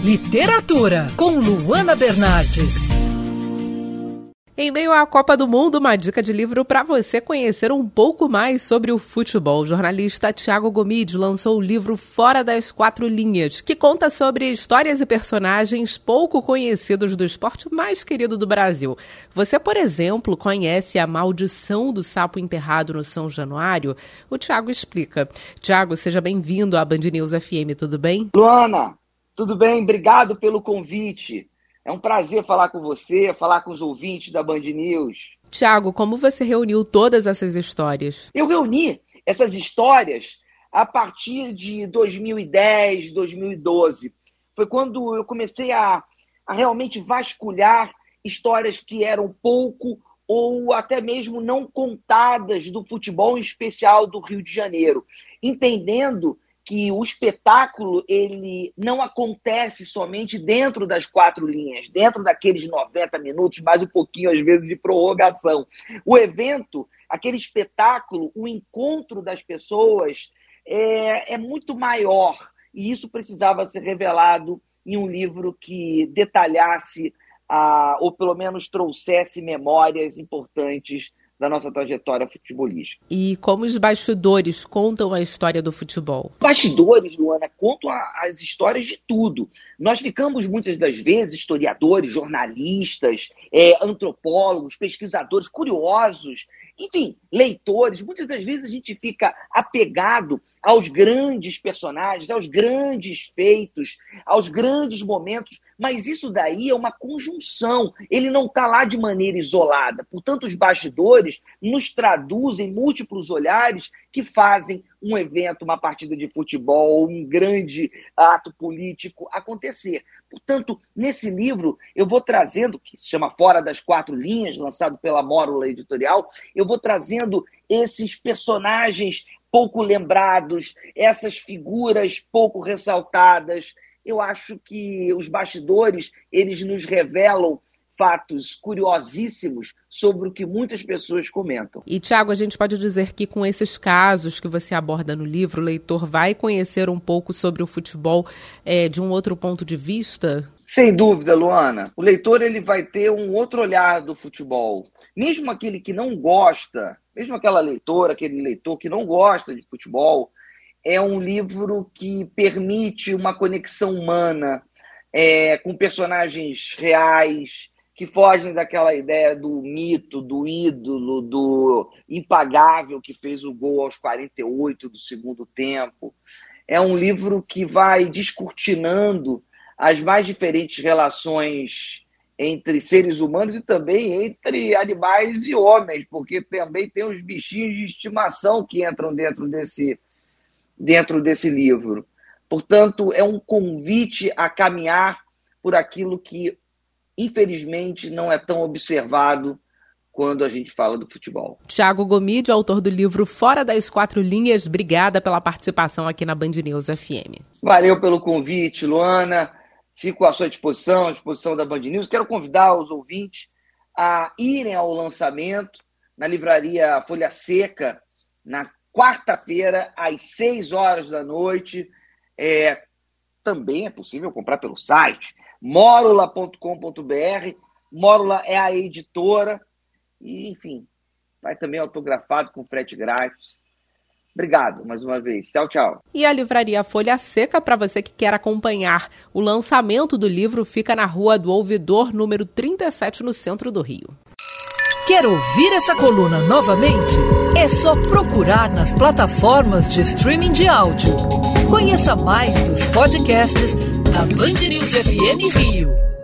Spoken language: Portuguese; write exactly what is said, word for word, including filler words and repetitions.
Literatura, com Luana Bernardes. Em meio à Copa do Mundo, uma dica de livro para você conhecer um pouco mais sobre o futebol. O jornalista Thiago Gomide lançou o livro Fora das Quatro Linhas, que conta sobre histórias e personagens pouco conhecidos do esporte mais querido do Brasil. Você, por exemplo, conhece a maldição do sapo enterrado no São Januário? O Thiago explica. Thiago, seja bem-vindo à Band News F M, tudo bem? Luana, tudo bem? Obrigado pelo convite. É um prazer falar com você, falar com os ouvintes da Band News. Thiago, como você reuniu todas essas histórias? Eu reuni essas histórias a partir de dois mil e dez, dois mil e doze. Foi quando eu comecei a, a realmente vasculhar histórias que eram pouco ou até mesmo não contadas do futebol, em especial do Rio de Janeiro, entendendo que o espetáculo ele não acontece somente dentro das quatro linhas, dentro daqueles noventa minutos, mais um pouquinho, às vezes, de prorrogação. O evento, aquele espetáculo, o encontro das pessoas é, é muito maior, e isso precisava ser revelado em um livro que detalhasse, ah, ou pelo menos trouxesse memórias importantes da nossa trajetória futebolística. E como os bastidores contam a história do futebol? Bastidores, Luana, contam a, as histórias de tudo. Nós ficamos, muitas das vezes, historiadores, jornalistas, é, antropólogos, pesquisadores, curiosos, enfim, leitores. Muitas das vezes a gente fica apegado aos grandes personagens, aos grandes feitos, aos grandes momentos, mas isso daí é uma conjunção. Ele não está lá de maneira isolada. Portanto, os bastidores nos traduzem múltiplos olhares que fazem um evento, uma partida de futebol, um grande ato político acontecer. Portanto, nesse livro, eu vou trazendo, que se chama Fora das Quatro Linhas, lançado pela Mórula Editorial, eu vou trazendo esses personagens pouco lembrados, essas figuras pouco ressaltadas. Eu acho que os bastidores, eles nos revelam fatos curiosíssimos sobre o que muitas pessoas comentam. E, Thiago, a gente pode dizer que com esses casos que você aborda no livro, o leitor vai conhecer um pouco sobre o futebol é, de um outro ponto de vista? Sem dúvida, Luana. O leitor ele vai ter um outro olhar do futebol. Mesmo aquele que não gosta, mesmo aquela leitora, aquele leitor que não gosta de futebol, é um livro que permite uma conexão humana é, com personagens reais, que fogem daquela ideia do mito, do ídolo, do impagável que fez o gol aos quarenta e oito do segundo tempo. É um livro que vai descortinando as mais diferentes relações entre seres humanos e também entre animais e homens, porque também tem os bichinhos de estimação que entram dentro desse, dentro desse livro. Portanto, é um convite a caminhar por aquilo que infelizmente, não é tão observado quando a gente fala do futebol. Thiago Gomide, autor do livro Fora das Quatro Linhas, obrigada pela participação aqui na Band News F M. Valeu pelo convite, Luana. Fico à sua disposição, à disposição da Band News. Quero convidar os ouvintes a irem ao lançamento na livraria Folha Seca, na quarta-feira, às seis horas da noite. É, também é possível comprar pelo site mórula ponto com ponto b r. Mórula é a editora e, enfim, vai também autografado com frete grátis. Obrigado mais uma vez. Tchau, tchau. E a livraria Folha Seca, para você que quer acompanhar o lançamento do livro, fica na Rua do Ouvidor, número trinta e sete, no centro do Rio. Quer ouvir essa coluna novamente? É só procurar nas plataformas de streaming de áudio. Conheça mais dos podcasts da Band News F M Rio.